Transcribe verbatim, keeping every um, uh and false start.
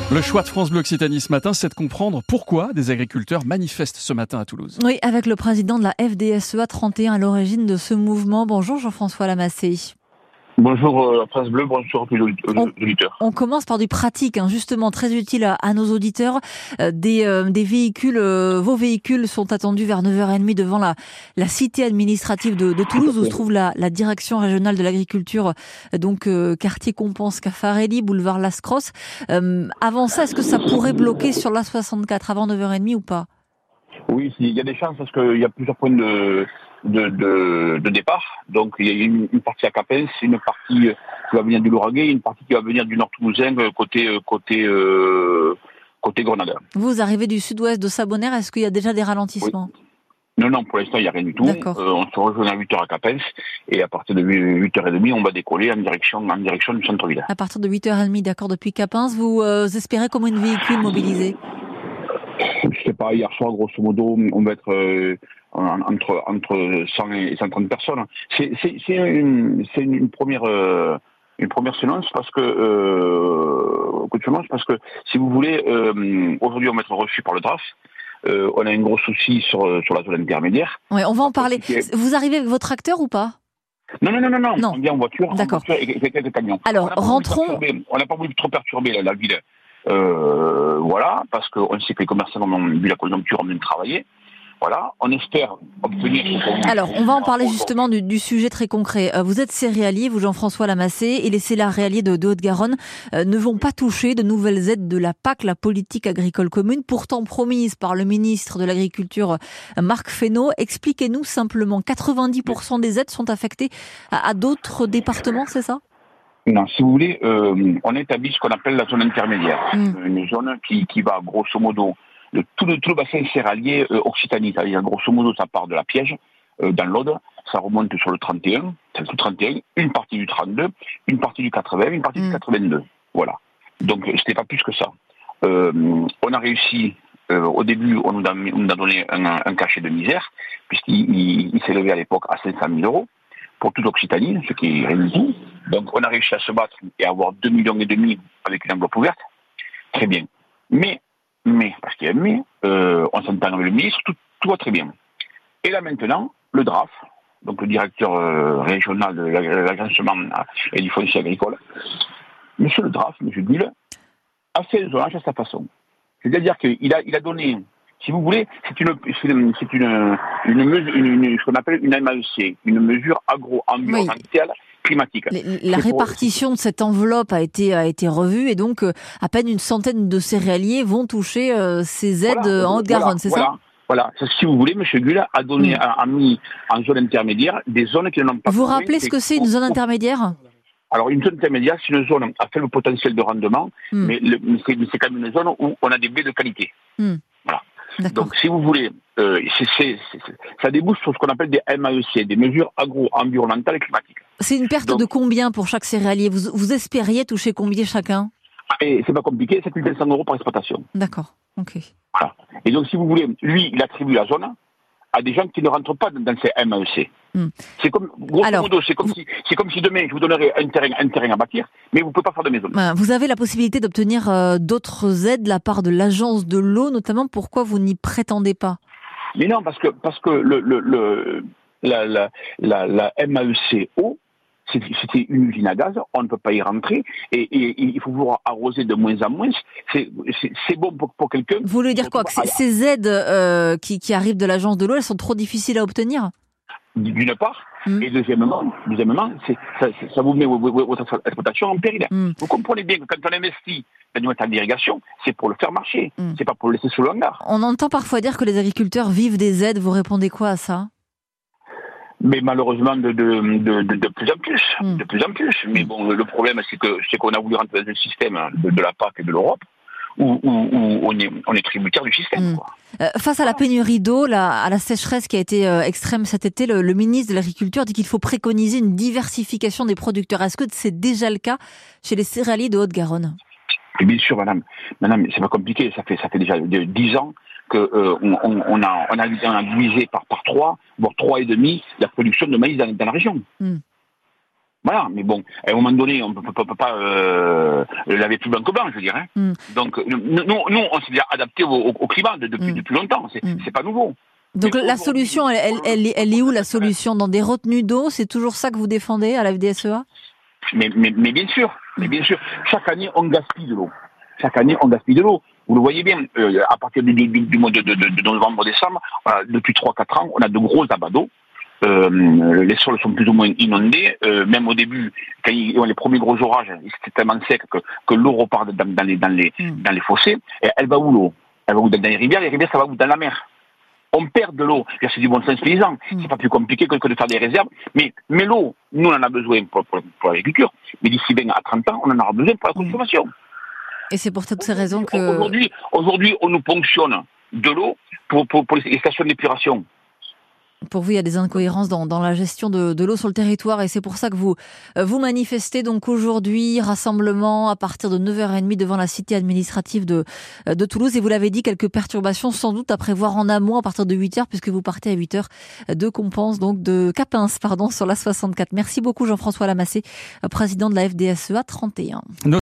Le choix de France Bleu Occitanie ce matin, c'est de comprendre pourquoi des agriculteurs manifestent ce matin à Toulouse. Oui, avec le président de la F D S E A trente et un à l'origine de ce mouvement. Bonjour Jean-François Lamassé. Bonjour euh, France Bleu, bonjour à tous les auditeurs. On commence par du pratique, hein, justement très utile à, à nos auditeurs. Euh, des, euh, des véhicules, euh, vos véhicules sont attendus vers neuf heures trente devant la, la cité administrative de, de Toulouse, où se trouve la, la direction régionale de l'agriculture, euh, donc euh, quartier Compense Caffarelli, boulevard Las Crosses. Euh, avant ça, est-ce que ça pourrait bloquer sur l'A soixante-quatre avant neuf heures trente ou pas ? Oui, il y a des chances parce qu'il y a plusieurs points de, de, de, de départ. Donc il y a une, une partie à Capens, une partie qui va venir du Lauragais, une partie qui va venir du Nord Toulousain, côté côté euh, côté Grenade. Vous arrivez du sud-ouest de Sabonnaire, est-ce qu'il y a déjà des ralentissements ? Oui. Non, non, pour l'instant, il n'y a rien du tout. Euh, on se rejoint à huit heures à Capens et à partir de huit heures trente, on va décoller en direction, en direction du centre-ville. À partir de huit heures trente, d'accord, depuis Capens, vous euh, espérez combien de véhicules mobilisés ? Je sais pas, hier soir, grosso modo, on va être euh, entre, entre cent et cent trente personnes. C'est, c'est, c'est, une, c'est une première... Euh, Une première séance parce que euh, parce que si vous voulez, euh, aujourd'hui on va être reçu par le D R A F. Euh, on a un gros souci sur sur la zone intermédiaire. Oui, on va en parler. Vous arrivez avec votre tracteur ou pas ? Non, non, non, non, non. non. On vient en voiture, D'accord. en voiture et avec quelques camions. Alors, on rentrons. On n'a pas voulu trop perturber la, la ville, euh, voilà, parce qu'on sait que les commerçants ont vu la conjoncture, ont bien travaillé. Voilà, on espère obtenir... Alors, on va en parler justement du, du sujet très concret. Vous êtes céréalier, vous Jean-François Lamassé, et les céréaliers de, de Haute-Garonne euh, ne vont pas toucher de nouvelles aides de la P A C, la politique agricole commune, pourtant promise par le ministre de l'Agriculture, Marc Fesneau. Expliquez-nous simplement, quatre-vingt-dix pour cent des aides sont affectées à, à d'autres départements, c'est ça ? Non, si vous voulez, euh, on établit ce qu'on appelle la zone intermédiaire. Mmh. Une zone qui, qui va grosso modo... Le, tout, le, tout le bassin céréalier euh, Occitanie, c'est-à-dire grosso modo ça part de la Piège, euh, dans l'Aude, ça remonte sur le trente et un, c'est le trente et un, une partie du trente-deux, une partie du quatre-vingts, une partie mmh. du quatre-vingt-deux. Voilà. Donc c'était pas plus que ça. Euh, on a réussi, euh, au début on nous a, on nous a donné un, un cachet de misère, puisqu'il il, il s'élevait à l'époque à cinq cent mille euros pour toute l'Occitanie, ce qui est rien du tout. Donc on a réussi à se battre et à avoir deux millions et demi avec une enveloppe ouverte. Très bien. Mais Mais, parce qu'il y a un mais, euh, on s'entend avec le ministre, tout, tout va très bien. Et là maintenant, le D R A F, donc le directeur euh, régional de l'agencement et du foncier agricole, monsieur le D R A F, monsieur Gull, a fait le zonage à sa façon. C'est-à-dire qu'il a, il a donné, si vous voulez, c'est une, c'est une, c'est une, une mesure, une, une, ce qu'on appelle une M A E C, une mesure agro-environnementale. Oui. Climatique. La répartition de cette enveloppe a été a été revue et donc euh, à peine une centaine de céréaliers vont toucher euh, ces aides voilà, en Haute-Garonne, voilà, c'est voilà, ça ? Voilà. Si vous voulez, M. Gull a donné, mmh. a, a mis en zone intermédiaire des zones qui n'ont pas. Vous vous rappelez ce que c'est une zone intermédiaire ? Alors une zone intermédiaire, c'est une zone à faible potentiel de rendement, mmh. mais le, c'est, c'est quand même une zone où on a des blés de qualité. Mmh. Voilà. D'accord. Donc, si vous voulez, euh, c'est, c'est, c'est, ça débouche sur ce qu'on appelle des M A E C, des mesures agro-environnementales et climatiques. C'est une perte Donc, de combien pour chaque céréalier ? Vous, vous espériez toucher combien chacun ? Et c'est pas compliqué, sept mille cinq cents euros par exploitation. D'accord, ok. Voilà. Et donc, si vous voulez, lui, il attribue la zone à des gens qui ne rentrent pas dans ces M A E C. Hum. C'est comme, grosso Alors, modo, c'est comme, vous... si, c'est comme si demain, je vous donnerais un terrain, un terrain à bâtir, mais vous ne pouvez pas faire de maison. Vous avez la possibilité d'obtenir euh, d'autres aides de la part de l'agence de l'eau, notamment. Pourquoi vous n'y prétendez pas ? Mais non, parce que, parce que le, le, le, la, la, la, la M A E C eau, c'était une usine à gaz, on ne peut pas y rentrer, et, et, et il faut vouloir arroser de moins en moins. C'est, c'est, c'est bon pour, pour quelqu'un. Vous voulez dire quoi ? Que ces, ces aides euh, qui, qui arrivent de l'agence de l'eau, elles sont trop difficiles à obtenir ? D'une part, mmh. et deuxièmement, deuxièmement c'est, ça, ça vous met votre exploitation en péril. Mmh. Vous comprenez bien que quand on investit dans une matériel d'irrigation, c'est pour le faire marcher, mmh. c'est pas pour le laisser sous le hangar. On entend parfois dire que les agriculteurs vivent des aides, vous répondez quoi à ça ? Mais malheureusement, de, de, de, de, de plus en plus, mmh. de plus en plus. Mais bon, le problème, c'est que c'est qu'on a voulu rentrer dans un système de, de la P A C et de l'Europe où, où, où on, est, on est tributaire du système. Mmh. Quoi. Euh, face à la pénurie d'eau, la, à la sécheresse qui a été euh, extrême cet été, le, le ministre de l'Agriculture dit qu'il faut préconiser une diversification des producteurs. Est-ce que c'est déjà le cas chez les céréaliers de Haute-Garonne ? Et bien sûr, madame. Madame, c'est pas compliqué. Ça fait, ça fait déjà dix ans que euh, on, on, on a on a, on a divisé par par trois, voire trois et demi la production de maïs dans, dans la région. Mm. Voilà, mais bon, à un moment donné, on ne peut, peut, peut pas euh, laver plus blanc que blanc, je veux dire. Hein. Mm. Donc, nous, nous, on s'est bien adapté au, au, au climat de, depuis, mm. depuis longtemps, c'est mm. pas nouveau. Donc mais la solution, elle, elle, elle, elle est où la solution? Dans des retenues d'eau? C'est toujours ça que vous défendez à la F D S E A? mais, mais, mais bien sûr, mais bien sûr, chaque année, on gaspille de l'eau. Chaque année, on gaspille de l'eau. Vous le voyez bien, euh, à partir du, du, du mois de, de, de, de novembre-décembre, voilà, depuis trois quatre ans, on a de gros abats d'eau. Euh, les sols sont plus ou moins inondés. Euh, même au début, quand il y a les premiers gros orages, c'était tellement sec que, que l'eau repart dans, dans, les, dans, les, mm. dans les fossés. Et elle va où l'eau? Elle va où? Dans les rivières. Les rivières, ça va où? Dans la mer. On perd de l'eau. C'est du bon sens paysan. Mm. C'est pas plus compliqué que, que de faire des réserves. Mais, mais l'eau, nous, on en a besoin pour, pour, pour l'agriculture. Mais d'ici vingt à trente ans, on en aura besoin pour la consommation. Et c'est pour toutes ces raisons que... Aujourd'hui, aujourd'hui on nous ponctionne de l'eau pour, pour, pour les stations d'épuration. Pour vous, il y a des incohérences dans, dans la gestion de, de l'eau sur le territoire et c'est pour ça que vous, vous manifestez donc aujourd'hui, rassemblement à partir de neuf heures trente devant la cité administrative de, de Toulouse. Et vous l'avez dit, quelques perturbations sans doute à prévoir en amont à partir de huit heures puisque vous partez à huit heures de Compense, donc de Capins, pardon, sur la soixante-quatre. Merci beaucoup Jean-François Lamassé, président de la F D S E A trente et un.